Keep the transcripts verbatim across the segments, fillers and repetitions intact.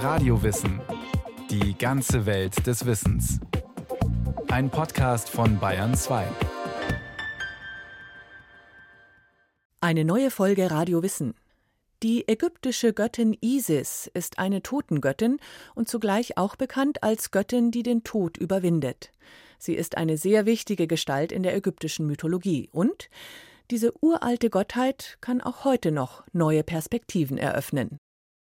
Radiowissen. Die ganze Welt des Wissens. Ein Podcast von Bayern zwei. Eine neue Folge Radio Wissen. Die ägyptische Göttin Isis ist eine Totengöttin und zugleich auch bekannt als Göttin, die den Tod überwindet. Sie ist eine sehr wichtige Gestalt in der ägyptischen Mythologie und diese uralte Gottheit kann auch heute noch neue Perspektiven eröffnen.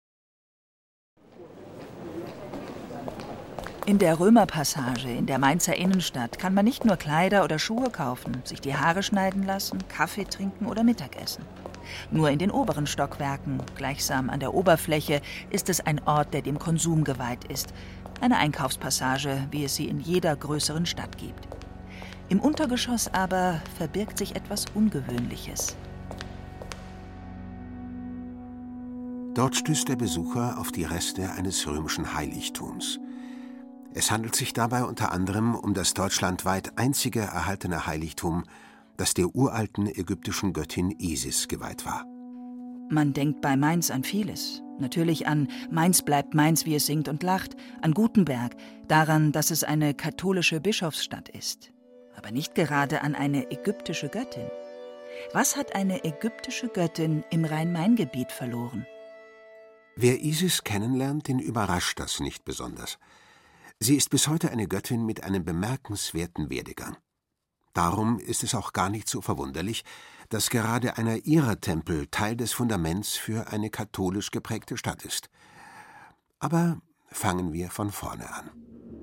In der Römerpassage in der Mainzer Innenstadt kann man nicht nur Kleider oder Schuhe kaufen, sich die Haare schneiden lassen, Kaffee trinken oder Mittagessen. Nur in den oberen Stockwerken, gleichsam an der Oberfläche, ist es ein Ort, der dem Konsum geweiht ist. Eine Einkaufspassage, wie es sie in jeder größeren Stadt gibt. Im Untergeschoss aber verbirgt sich etwas Ungewöhnliches. Dort stößt der Besucher auf die Reste eines römischen Heiligtums. Es handelt sich dabei unter anderem um das deutschlandweit einzige erhaltene Heiligtum, das der uralten ägyptischen Göttin Isis geweiht war. Man denkt bei Mainz an vieles. Natürlich an Mainz bleibt Mainz, wie es singt und lacht, an Gutenberg, daran, dass es eine katholische Bischofsstadt ist. Aber nicht gerade an eine ägyptische Göttin. Was hat eine ägyptische Göttin im Rhein-Main-Gebiet verloren? Wer Isis kennenlernt, den überrascht das nicht besonders. Sie ist bis heute eine Göttin mit einem bemerkenswerten Werdegang. Darum ist es auch gar nicht so verwunderlich, dass gerade einer ihrer Tempel Teil des Fundaments für eine katholisch geprägte Stadt ist. Aber fangen wir von vorne an.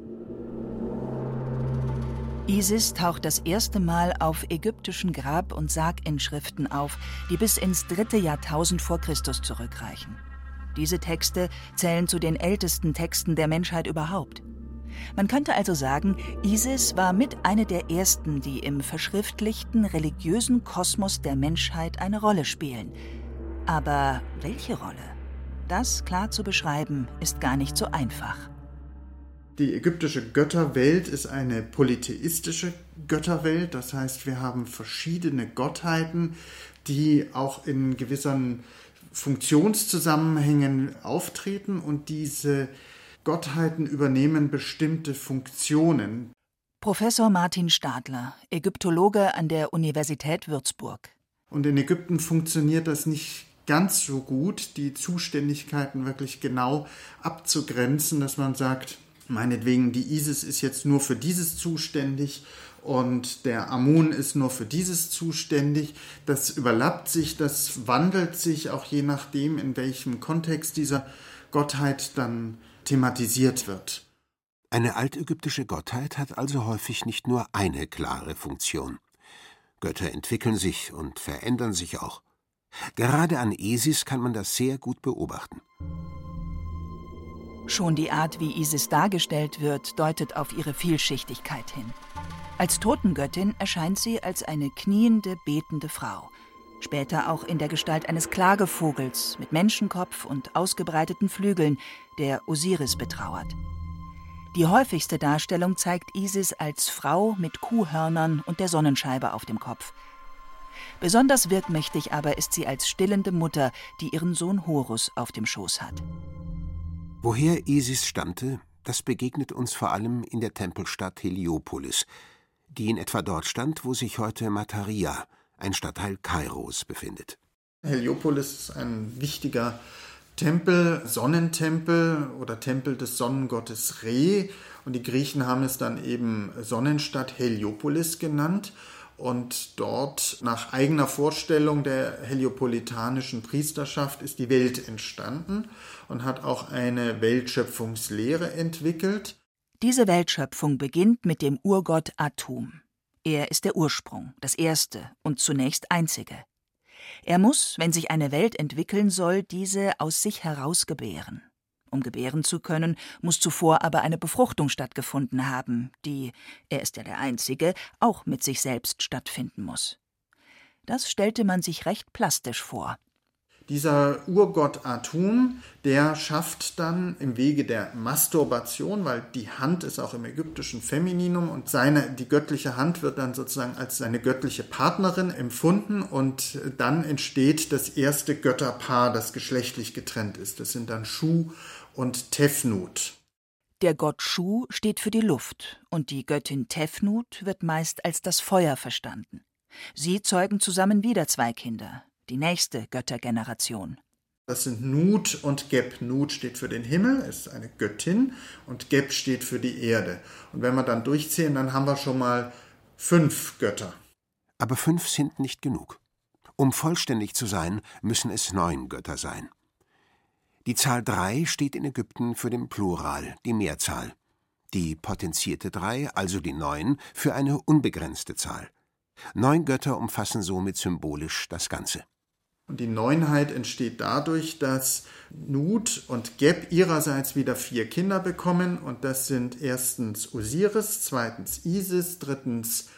Isis taucht das erste Mal auf ägyptischen Grab- und Sarginschriften auf, die bis ins dritte Jahrtausend vor Christus zurückreichen. Diese Texte zählen zu den ältesten Texten der Menschheit überhaupt. Man könnte also sagen, Isis war mit eine der ersten, die im verschriftlichten religiösen Kosmos der Menschheit eine Rolle spielen. Aber welche Rolle? Das klar zu beschreiben, ist gar nicht so einfach. Die ägyptische Götterwelt ist eine polytheistische Götterwelt. Das heißt, wir haben verschiedene Gottheiten, die auch in gewissen Funktionszusammenhängen auftreten und diese Gottheiten übernehmen bestimmte Funktionen. Professor Martin Stadler, Ägyptologe an der Universität Würzburg. Und in Ägypten funktioniert das nicht ganz so gut, die Zuständigkeiten wirklich genau abzugrenzen, dass man sagt, meinetwegen, die Isis ist jetzt nur für dieses zuständig und der Amun ist nur für dieses zuständig. Das überlappt sich, das wandelt sich auch je nachdem, in welchem Kontext dieser Gottheit dann thematisiert wird. Eine altägyptische Gottheit hat also häufig nicht nur eine klare Funktion. Götter entwickeln sich und verändern sich auch. Gerade an Isis kann man das sehr gut beobachten. Schon die Art, wie Isis dargestellt wird, deutet auf ihre Vielschichtigkeit hin. Als Totengöttin erscheint sie als eine kniende, betende Frau. Später auch in der Gestalt eines Klagevogels mit Menschenkopf und ausgebreiteten Flügeln, der Osiris betrauert. Die häufigste Darstellung zeigt Isis als Frau mit Kuhhörnern und der Sonnenscheibe auf dem Kopf. Besonders wirkmächtig aber ist sie als stillende Mutter, die ihren Sohn Horus auf dem Schoß hat. Woher Isis stammte, das begegnet uns vor allem in der Tempelstadt Heliopolis, die in etwa dort stand, wo sich heute Mataria, ein Stadtteil Kairos, befindet. Heliopolis ist ein wichtiger Tempel, Sonnentempel oder Tempel des Sonnengottes Re. Und die Griechen haben es dann eben Sonnenstadt Heliopolis genannt. Und dort, nach eigener Vorstellung der heliopolitanischen Priesterschaft, ist die Welt entstanden und hat auch eine Weltschöpfungslehre entwickelt. Diese Weltschöpfung beginnt mit dem Urgott Atum. Er ist der Ursprung, das Erste und zunächst Einzige. Er muss, wenn sich eine Welt entwickeln soll, diese aus sich heraus gebären. Um gebären zu können, muss zuvor aber eine Befruchtung stattgefunden haben, die, er ist ja der Einzige, auch mit sich selbst stattfinden muss. Das stellte man sich recht plastisch vor. Dieser Urgott Atum, der schafft dann im Wege der Masturbation, weil die Hand ist auch im ägyptischen Femininum und seine, die göttliche Hand wird dann sozusagen als seine göttliche Partnerin empfunden und dann entsteht das erste Götterpaar, das geschlechtlich getrennt ist. Das sind dann Shu und Tefnut. Der Gott Shu steht für die Luft und die Göttin Tefnut wird meist als das Feuer verstanden. Sie zeugen zusammen wieder zwei Kinder, die nächste Göttergeneration. Das sind Nut und Geb. Nut steht für den Himmel, ist eine Göttin, und Geb steht für die Erde. Und wenn wir dann durchzählen, dann haben wir schon mal fünf Götter. Aber fünf sind nicht genug. Um vollständig zu sein, müssen es neun Götter sein. Die Zahl drei steht in Ägypten für den Plural, die Mehrzahl. Die potenzierte drei, also die neun, für eine unbegrenzte Zahl. Neun Götter umfassen somit symbolisch das Ganze. Und die Neunheit entsteht dadurch, dass Nut und Geb ihrerseits wieder vier Kinder bekommen. Und das sind erstens Osiris, zweitens Isis, drittens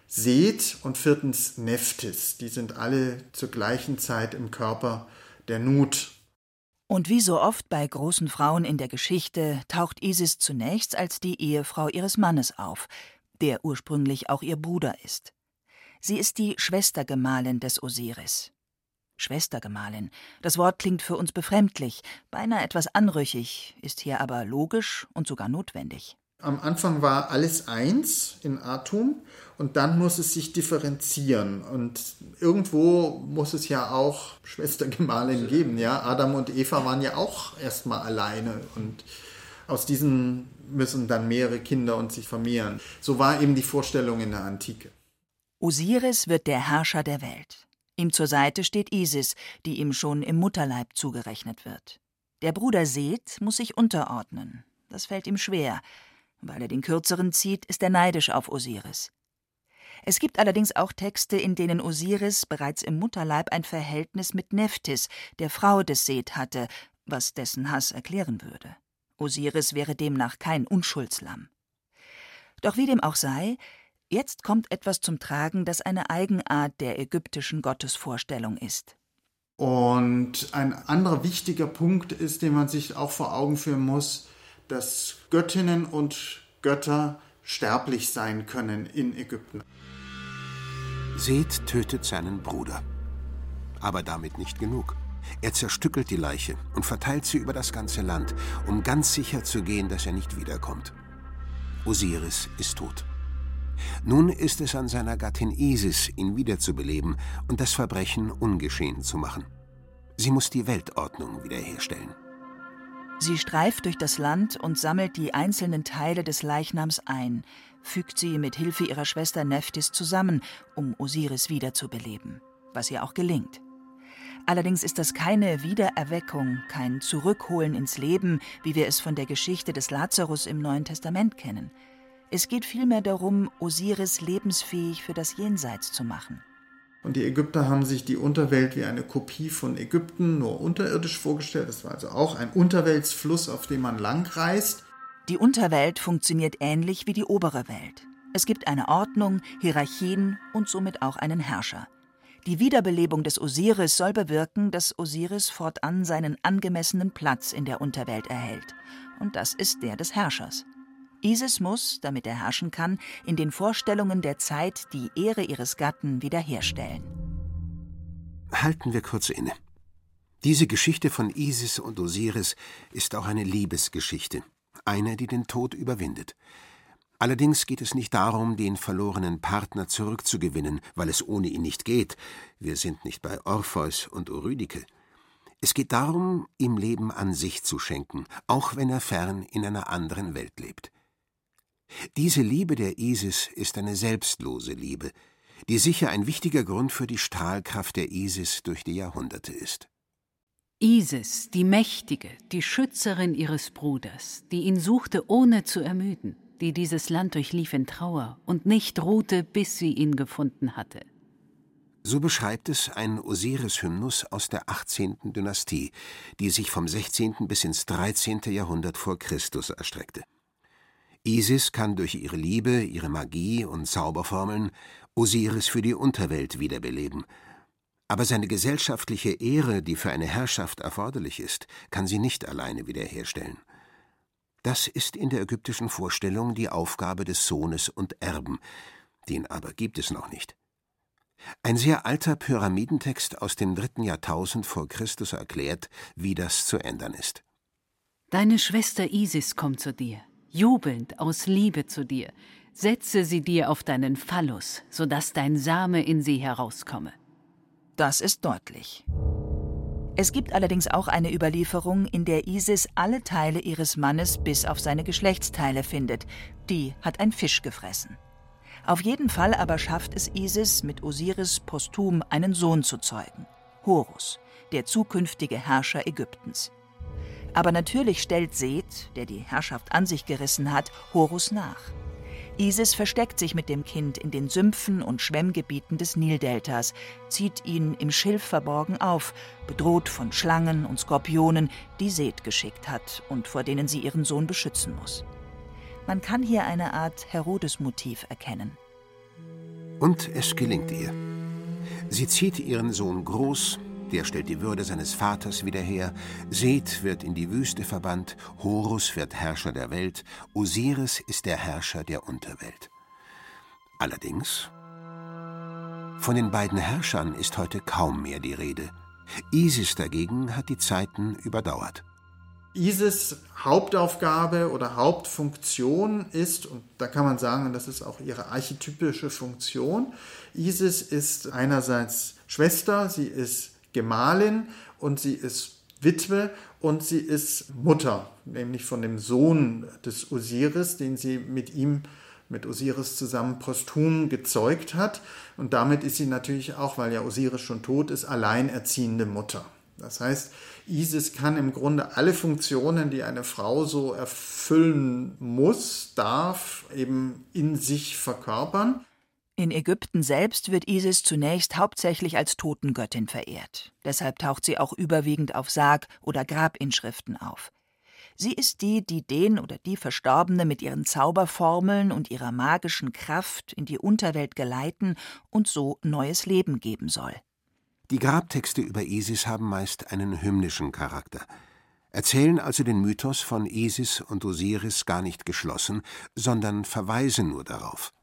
Seth und viertens Nephthys. Die sind alle zur gleichen Zeit im Körper der Nut. Und wie so oft bei großen Frauen in der Geschichte taucht Isis zunächst als die Ehefrau ihres Mannes auf, der ursprünglich auch ihr Bruder ist. Sie ist die Schwestergemahlin des Osiris. Schwestergemahlin, das Wort klingt für uns befremdlich, beinahe etwas anrüchig, ist hier aber logisch und sogar notwendig. Am Anfang war alles eins in Atum und dann muss es sich differenzieren. Und irgendwo muss es ja auch Schwestergemahlin geben. Ja? Adam und Eva waren ja auch erstmal alleine und aus diesen müssen dann mehrere Kinder und sich vermehren. So war eben die Vorstellung in der Antike. Osiris wird der Herrscher der Welt. Ihm zur Seite steht Isis, die ihm schon im Mutterleib zugerechnet wird. Der Bruder Seth muss sich unterordnen. Das fällt ihm schwer. Weil er den Kürzeren zieht, ist er neidisch auf Osiris. Es gibt allerdings auch Texte, in denen Osiris bereits im Mutterleib ein Verhältnis mit Nephthys, der Frau des Seth, hatte, was dessen Hass erklären würde. Osiris wäre demnach kein Unschuldslamm. Doch wie dem auch sei, jetzt kommt etwas zum Tragen, das eine Eigenart der ägyptischen Gottesvorstellung ist. Und ein anderer wichtiger Punkt ist, den man sich auch vor Augen führen muss, dass Göttinnen und Götter sterblich sein können in Ägypten. Seth tötet seinen Bruder. Aber damit nicht genug. Er zerstückelt die Leiche und verteilt sie über das ganze Land, um ganz sicher zu gehen, dass er nicht wiederkommt. Osiris ist tot. Nun ist es an seiner Gattin Isis, ihn wiederzubeleben und das Verbrechen ungeschehen zu machen. Sie muss die Weltordnung wiederherstellen. Sie streift durch das Land und sammelt die einzelnen Teile des Leichnams ein, fügt sie mit Hilfe ihrer Schwester Nephthys zusammen, um Osiris wiederzubeleben, was ihr auch gelingt. Allerdings ist das keine Wiedererweckung, kein Zurückholen ins Leben, wie wir es von der Geschichte des Lazarus im Neuen Testament kennen. Es geht vielmehr darum, Osiris lebensfähig für das Jenseits zu machen. Und die Ägypter haben sich die Unterwelt wie eine Kopie von Ägypten, nur unterirdisch vorgestellt. Das war also auch ein Unterweltsfluss, auf dem man langreist. Die Unterwelt funktioniert ähnlich wie die obere Welt. Es gibt eine Ordnung, Hierarchien und somit auch einen Herrscher. Die Wiederbelebung des Osiris soll bewirken, dass Osiris fortan seinen angemessenen Platz in der Unterwelt erhält. Und das ist der des Herrschers. Isis muss, damit er herrschen kann, in den Vorstellungen der Zeit die Ehre ihres Gatten wiederherstellen. Halten wir kurz inne. Diese Geschichte von Isis und Osiris ist auch eine Liebesgeschichte, eine, die den Tod überwindet. Allerdings geht es nicht darum, den verlorenen Partner zurückzugewinnen, weil es ohne ihn nicht geht. Wir sind nicht bei Orpheus und Eurydike. Es geht darum, ihm Leben an sich zu schenken, auch wenn er fern in einer anderen Welt lebt. Diese Liebe der Isis ist eine selbstlose Liebe, die sicher ein wichtiger Grund für die Strahlkraft der Isis durch die Jahrhunderte ist. Isis, die Mächtige, die Schützerin ihres Bruders, die ihn suchte, ohne zu ermüden, die dieses Land durchlief in Trauer und nicht ruhte, bis sie ihn gefunden hatte. So beschreibt es ein Osiris-Hymnus aus der achtzehnten Dynastie, die sich vom sechzehnten bis ins dreizehnte Jahrhundert vor Christus erstreckte. Isis kann durch ihre Liebe, ihre Magie und Zauberformeln Osiris für die Unterwelt wiederbeleben. Aber seine gesellschaftliche Ehre, die für eine Herrschaft erforderlich ist, kann sie nicht alleine wiederherstellen. Das ist in der ägyptischen Vorstellung die Aufgabe des Sohnes und Erben, den aber gibt es noch nicht. Ein sehr alter Pyramidentext aus dem dritten Jahrtausend vor Christus erklärt, wie das zu ändern ist. Deine Schwester Isis kommt zu dir, jubelnd aus Liebe zu dir. Setze sie dir auf deinen Phallus, sodass dein Same in sie herauskomme. Das ist deutlich. Es gibt allerdings auch eine Überlieferung, in der Isis alle Teile ihres Mannes bis auf seine Geschlechtsteile findet. Die hat ein Fisch gefressen. Auf jeden Fall aber schafft es Isis, mit Osiris posthum einen Sohn zu zeugen, Horus, der zukünftige Herrscher Ägyptens. Aber natürlich stellt Seth, der die Herrschaft an sich gerissen hat, Horus nach. Isis versteckt sich mit dem Kind in den Sümpfen und Schwemmgebieten des Nildeltas, zieht ihn im Schilf verborgen auf, bedroht von Schlangen und Skorpionen, die Seth geschickt hat und vor denen sie ihren Sohn beschützen muss. Man kann hier eine Art Herodes-Motiv erkennen. Und es gelingt ihr. Sie zieht ihren Sohn groß, der stellt die Würde seines Vaters wieder her, Seth wird in die Wüste verbannt, Horus wird Herrscher der Welt, Osiris ist der Herrscher der Unterwelt. Allerdings, von den beiden Herrschern ist heute kaum mehr die Rede. Isis dagegen hat die Zeiten überdauert. Isis' Hauptaufgabe oder Hauptfunktion ist, und da kann man sagen, das ist auch ihre archetypische Funktion, Isis ist einerseits Schwester, sie ist Gemahlin und sie ist Witwe und sie ist Mutter, nämlich von dem Sohn des Osiris, den sie mit ihm, mit Osiris zusammen posthum gezeugt hat. Und damit ist sie natürlich auch, weil ja Osiris schon tot ist, alleinerziehende Mutter. Das heißt, Isis kann im Grunde alle Funktionen, die eine Frau so erfüllen muss, darf, eben in sich verkörpern. In Ägypten selbst wird Isis zunächst hauptsächlich als Totengöttin verehrt. Deshalb taucht sie auch überwiegend auf Sarg- oder Grabinschriften auf. Sie ist die, die den oder die Verstorbene mit ihren Zauberformeln und ihrer magischen Kraft in die Unterwelt geleiten und so neues Leben geben soll. Die Grabtexte über Isis haben meist einen hymnischen Charakter, erzählen also den Mythos von Isis und Osiris gar nicht geschlossen, sondern verweisen nur darauf.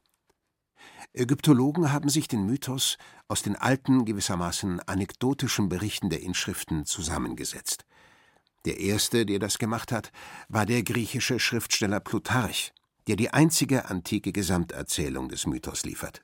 Ägyptologen haben sich den Mythos aus den alten, gewissermaßen anekdotischen Berichten der Inschriften zusammengesetzt. Der erste, der das gemacht hat, war der griechische Schriftsteller Plutarch, der die einzige antike Gesamterzählung des Mythos liefert.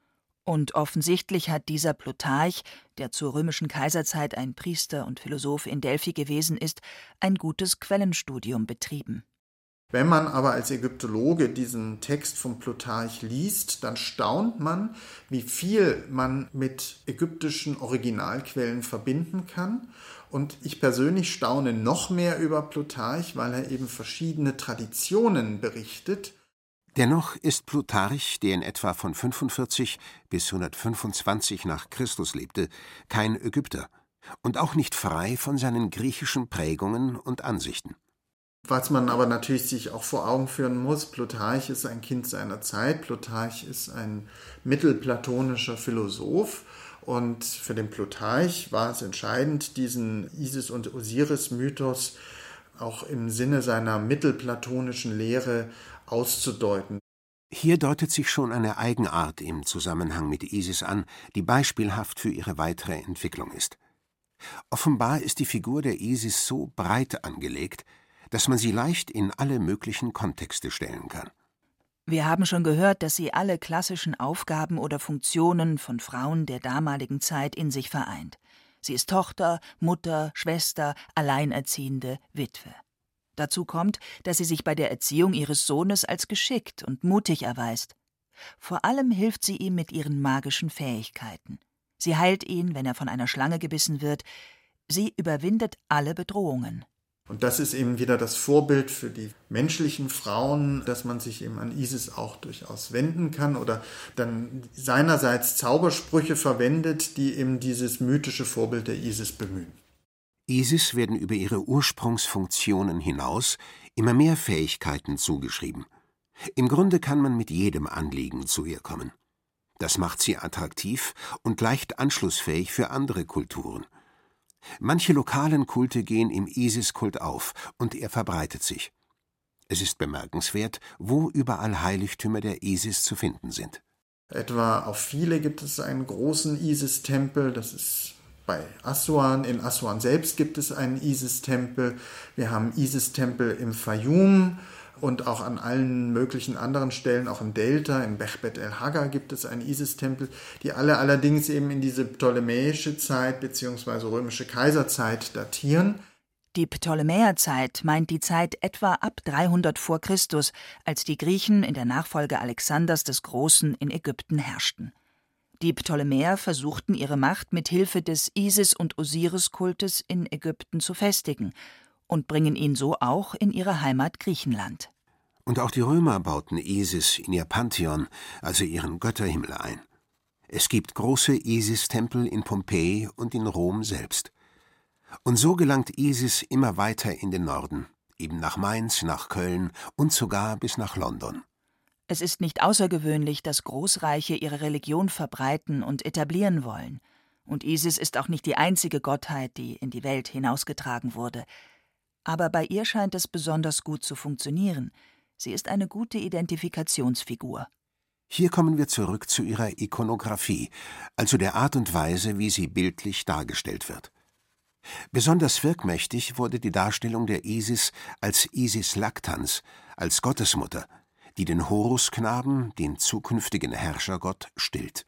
Und offensichtlich hat dieser Plutarch, der zur römischen Kaiserzeit ein Priester und Philosoph in Delphi gewesen ist, ein gutes Quellenstudium betrieben. Wenn man aber als Ägyptologe diesen Text von Plutarch liest, dann staunt man, wie viel man mit ägyptischen Originalquellen verbinden kann. Und ich persönlich staune noch mehr über Plutarch, weil er eben verschiedene Traditionen berichtet. Dennoch ist Plutarch, der in etwa von fünfundvierzig bis hundertfünfundzwanzig nach Christus lebte, kein Ägypter und auch nicht frei von seinen griechischen Prägungen und Ansichten. Was man aber natürlich sich auch vor Augen führen muss, Plutarch ist ein Kind seiner Zeit, Plutarch ist ein mittelplatonischer Philosoph und für den Plutarch war es entscheidend, diesen Isis- und Osiris-Mythos auch im Sinne seiner mittelplatonischen Lehre auszudeuten. Hier deutet sich schon eine Eigenart im Zusammenhang mit Isis an, die beispielhaft für ihre weitere Entwicklung ist. Offenbar ist die Figur der Isis so breit angelegt, dass man sie leicht in alle möglichen Kontexte stellen kann. Wir haben schon gehört, dass sie alle klassischen Aufgaben oder Funktionen von Frauen der damaligen Zeit in sich vereint. Sie ist Tochter, Mutter, Schwester, Alleinerziehende, Witwe. Dazu kommt, dass sie sich bei der Erziehung ihres Sohnes als geschickt und mutig erweist. Vor allem hilft sie ihm mit ihren magischen Fähigkeiten. Sie heilt ihn, wenn er von einer Schlange gebissen wird. Sie überwindet alle Bedrohungen. Und das ist eben wieder das Vorbild für die menschlichen Frauen, dass man sich eben an Isis auch durchaus wenden kann oder dann seinerseits Zaubersprüche verwendet, die eben dieses mythische Vorbild der Isis bemühen. Isis werden über ihre Ursprungsfunktionen hinaus immer mehr Fähigkeiten zugeschrieben. Im Grunde kann man mit jedem Anliegen zu ihr kommen. Das macht sie attraktiv und leicht anschlussfähig für andere Kulturen. Manche lokalen Kulte gehen im Isis-Kult auf und er verbreitet sich. Es ist bemerkenswert, wo überall Heiligtümer der Isis zu finden sind. Etwa auf Philae gibt es einen großen Isis-Tempel, das ist bei Assuan. In Assuan selbst gibt es einen Isis-Tempel. Wir haben Isis-Tempel im Fayum und auch an allen möglichen anderen Stellen, auch im Delta, in Bechbet el-Haga gibt es einen Isis-Tempel, die alle allerdings eben in diese ptolemäische Zeit bzw. römische Kaiserzeit datieren. Die Ptolemäerzeit meint die Zeit etwa ab dreihundert vor Christus, als die Griechen in der Nachfolge Alexanders des Großen in Ägypten herrschten. Die Ptolemäer versuchten ihre Macht mit Hilfe des Isis- und Osiris-Kultes in Ägypten zu festigen und bringen ihn so auch in ihre Heimat Griechenland. Und auch die Römer bauten Isis in ihr Pantheon, also ihren Götterhimmel, ein. Es gibt große Isis-Tempel in Pompeji und in Rom selbst. Und so gelangt Isis immer weiter in den Norden, eben nach Mainz, nach Köln und sogar bis nach London. Es ist nicht außergewöhnlich, dass Großreiche ihre Religion verbreiten und etablieren wollen. Und Isis ist auch nicht die einzige Gottheit, die in die Welt hinausgetragen wurde. Aber bei ihr scheint es besonders gut zu funktionieren. Sie ist eine gute Identifikationsfigur. Hier kommen wir zurück zu ihrer Ikonographie, also der Art und Weise, wie sie bildlich dargestellt wird. Besonders wirkmächtig wurde die Darstellung der Isis als Isis Lactans, als Gottesmutter, die den Horusknaben, den zukünftigen Herrschergott, stillt.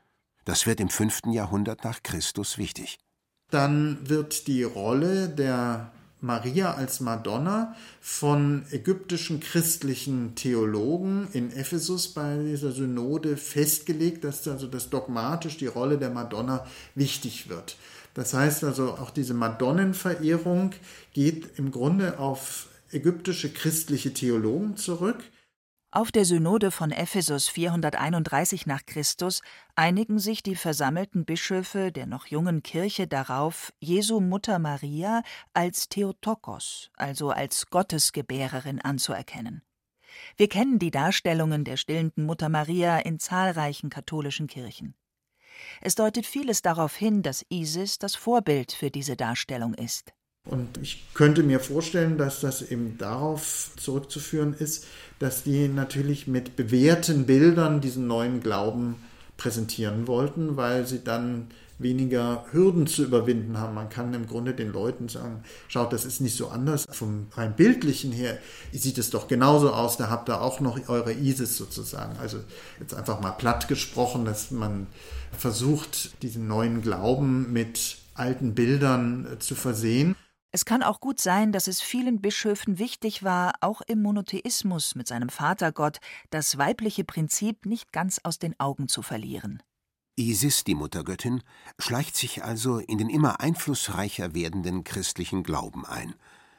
Das wird im fünften Jahrhundert nach Christus wichtig. Dann wird die Rolle der Maria als Madonna von ägyptischen christlichen Theologen in Ephesus bei dieser Synode festgelegt, dass also das dogmatisch die Rolle der Madonna wichtig wird. Das heißt also, auch diese Madonnenverehrung geht im Grunde auf ägyptische christliche Theologen zurück. Auf der Synode von Ephesus vierhunderteinunddreißig nach Christus einigen sich die versammelten Bischöfe der noch jungen Kirche darauf, Jesu Mutter Maria als Theotokos, also als Gottesgebärerin, anzuerkennen. Wir kennen die Darstellungen der stillenden Mutter Maria in zahlreichen katholischen Kirchen. Es deutet vieles darauf hin, dass Isis das Vorbild für diese Darstellung ist. Und ich könnte mir vorstellen, dass das eben darauf zurückzuführen ist, dass die natürlich mit bewährten Bildern diesen neuen Glauben präsentieren wollten, weil sie dann weniger Hürden zu überwinden haben. Man kann im Grunde den Leuten sagen, schaut, das ist nicht so anders. Vom rein Bildlichen her sieht es doch genauso aus, da habt ihr auch noch eure Isis sozusagen. Also jetzt einfach mal platt gesprochen, dass man versucht, diesen neuen Glauben mit alten Bildern zu versehen. Es kann auch gut sein, dass es vielen Bischöfen wichtig war, auch im Monotheismus mit seinem Vatergott das weibliche Prinzip nicht ganz aus den Augen zu verlieren. Isis, die Muttergöttin, schleicht sich also in den immer einflussreicher werdenden christlichen Glauben ein.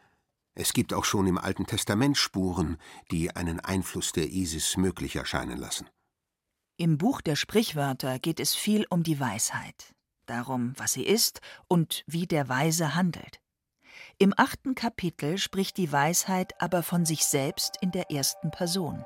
Es gibt auch schon im Alten Testament Spuren, die einen Einfluss der Isis möglich erscheinen lassen. Im Buch der Sprichwörter geht es viel um die Weisheit, darum, was sie ist und wie der Weise handelt. Im achten Kapitel spricht die Weisheit aber von sich selbst in der ersten Person.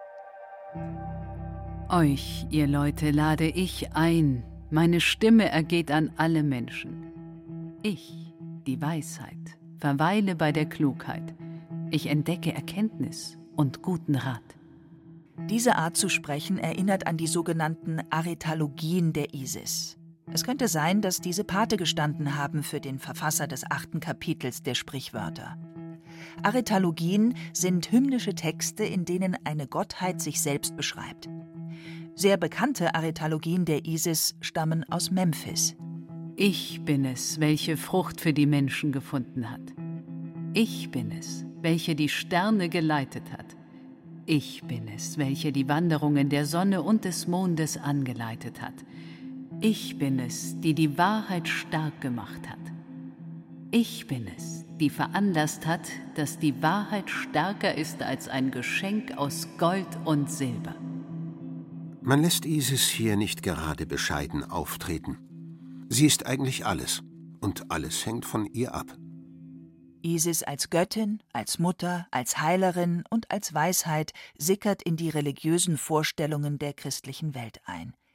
Euch, ihr Leute, lade ich ein, meine Stimme ergeht an alle Menschen. Ich, die Weisheit, verweile bei der Klugheit. Ich entdecke Erkenntnis und guten Rat. Diese Art zu sprechen erinnert an die sogenannten Arethalogien der Isis. Es könnte sein, dass diese Pate gestanden haben für den Verfasser des achten Kapitels der Sprichwörter. Arethalogien sind hymnische Texte, in denen eine Gottheit sich selbst beschreibt. Sehr bekannte Arethalogien der Isis stammen aus Memphis. Ich bin es, welche Frucht für die Menschen gefunden hat. Ich bin es, welche die Sterne geleitet hat. Ich bin es, welche die Wanderungen der Sonne und des Mondes angeleitet hat. Ich bin es, die die Wahrheit stark gemacht hat. Ich bin es, die veranlasst hat, dass die Wahrheit stärker ist als ein Geschenk aus Gold und Silber. Man lässt Isis hier nicht gerade bescheiden auftreten. Sie ist eigentlich alles, und alles hängt von ihr ab. Isis als Göttin, als Mutter, als Heilerin und als Weisheit sickert in die religiösen Vorstellungen der christlichen Welt ein.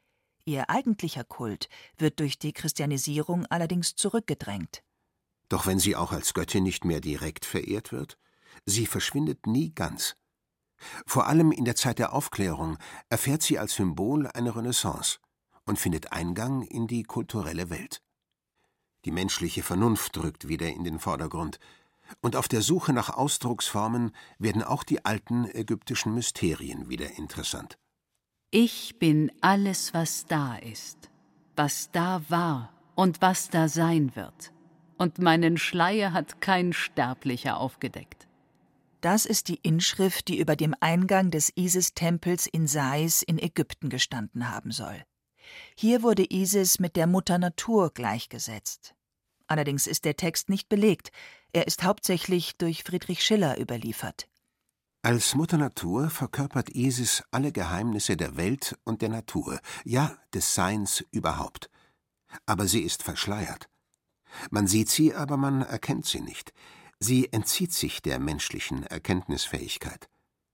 Ihr eigentlicher Kult wird durch die Christianisierung allerdings zurückgedrängt. Doch wenn sie auch als Göttin nicht mehr direkt verehrt wird, sie verschwindet nie ganz. Vor allem in der Zeit der Aufklärung erfährt sie als Symbol eine Renaissance und findet Eingang in die kulturelle Welt. Die menschliche Vernunft rückt wieder in den Vordergrund, und auf der Suche nach Ausdrucksformen werden auch die alten ägyptischen Mysterien wieder interessant. Ich bin alles, was da ist, was da war und was da sein wird. Und meinen Schleier hat kein Sterblicher aufgedeckt. Das ist die Inschrift, die über dem Eingang des Isis-Tempels in Sais in Ägypten gestanden haben soll. Hier wurde Isis mit der Mutter Natur gleichgesetzt. Allerdings ist der Text nicht belegt, er ist hauptsächlich durch Friedrich Schiller überliefert. Als Mutter Natur verkörpert Isis alle Geheimnisse der Welt und der Natur, ja, des Seins überhaupt. Aber sie ist verschleiert. Man sieht sie, aber man erkennt sie nicht. Sie entzieht sich der menschlichen Erkenntnisfähigkeit.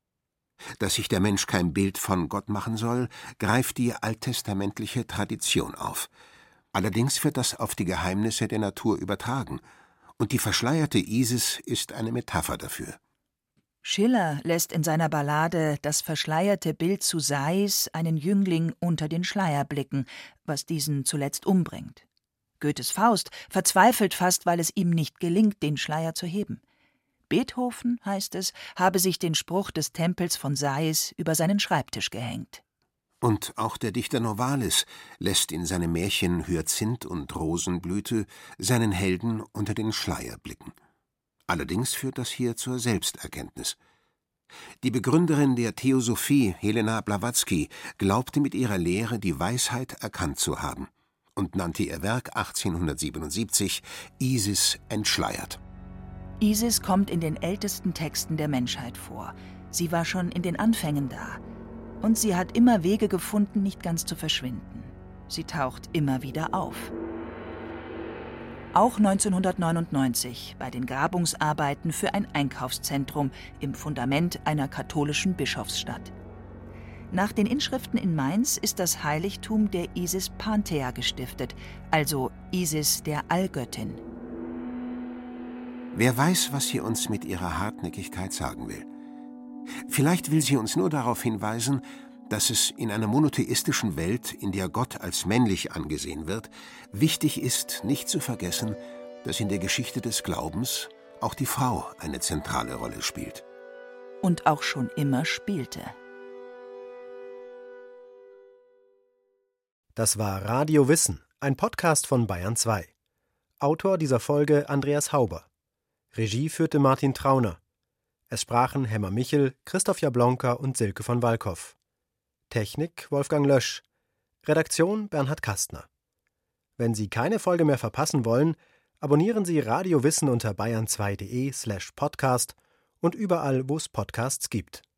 Dass sich der Mensch kein Bild von Gott machen soll, greift die alttestamentliche Tradition auf. Allerdings wird das auf die Geheimnisse der Natur übertragen, und die verschleierte Isis ist eine Metapher dafür. Schiller lässt in seiner Ballade das verschleierte Bild zu Sais einen Jüngling unter den Schleier blicken, was diesen zuletzt umbringt. Goethes Faust verzweifelt fast, weil es ihm nicht gelingt, den Schleier zu heben. Beethoven, heißt es, habe sich den Spruch des Tempels von Sais über seinen Schreibtisch gehängt. Und auch der Dichter Novalis lässt in seinem Märchen Hyazinth und Rosenblüte seinen Helden unter den Schleier blicken. Allerdings führt das hier zur Selbsterkenntnis. Die Begründerin der Theosophie, Helena Blavatsky, glaubte mit ihrer Lehre die Weisheit erkannt zu haben und nannte ihr Werk achtzehnhundertsiebenundsiebzig Isis entschleiert. Isis kommt in den ältesten Texten der Menschheit vor. Sie war schon in den Anfängen da. Und sie hat immer Wege gefunden, nicht ganz zu verschwinden. Sie taucht immer wieder auf. Auch neunzehnhundertneunundneunzig bei den Grabungsarbeiten für ein Einkaufszentrum im Fundament einer katholischen Bischofsstadt. Nach den Inschriften in Mainz ist das Heiligtum der Isis Panthea gestiftet, also Isis der Allgöttin. Wer weiß, was sie uns mit ihrer Hartnäckigkeit sagen will. Vielleicht will sie uns nur darauf hinweisen, dass es in einer monotheistischen Welt, in der Gott als männlich angesehen wird, wichtig ist, nicht zu vergessen, dass in der Geschichte des Glaubens auch die Frau eine zentrale Rolle spielt. Und auch schon immer spielte. Das war Radio Wissen, ein Podcast von Bayern zwei. Autor dieser Folge Andreas Hauber. Regie führte Martin Trauner. Es sprachen Hemmer Michel, Christoph Jablonka und Silke von Walkow. Technik Wolfgang Lösch. Redaktion Bernhard Kastner. Wenn Sie keine Folge mehr verpassen wollen, abonnieren Sie Radio Wissen unter bayern zwei punkt de slash podcast und überall, wo es Podcasts gibt.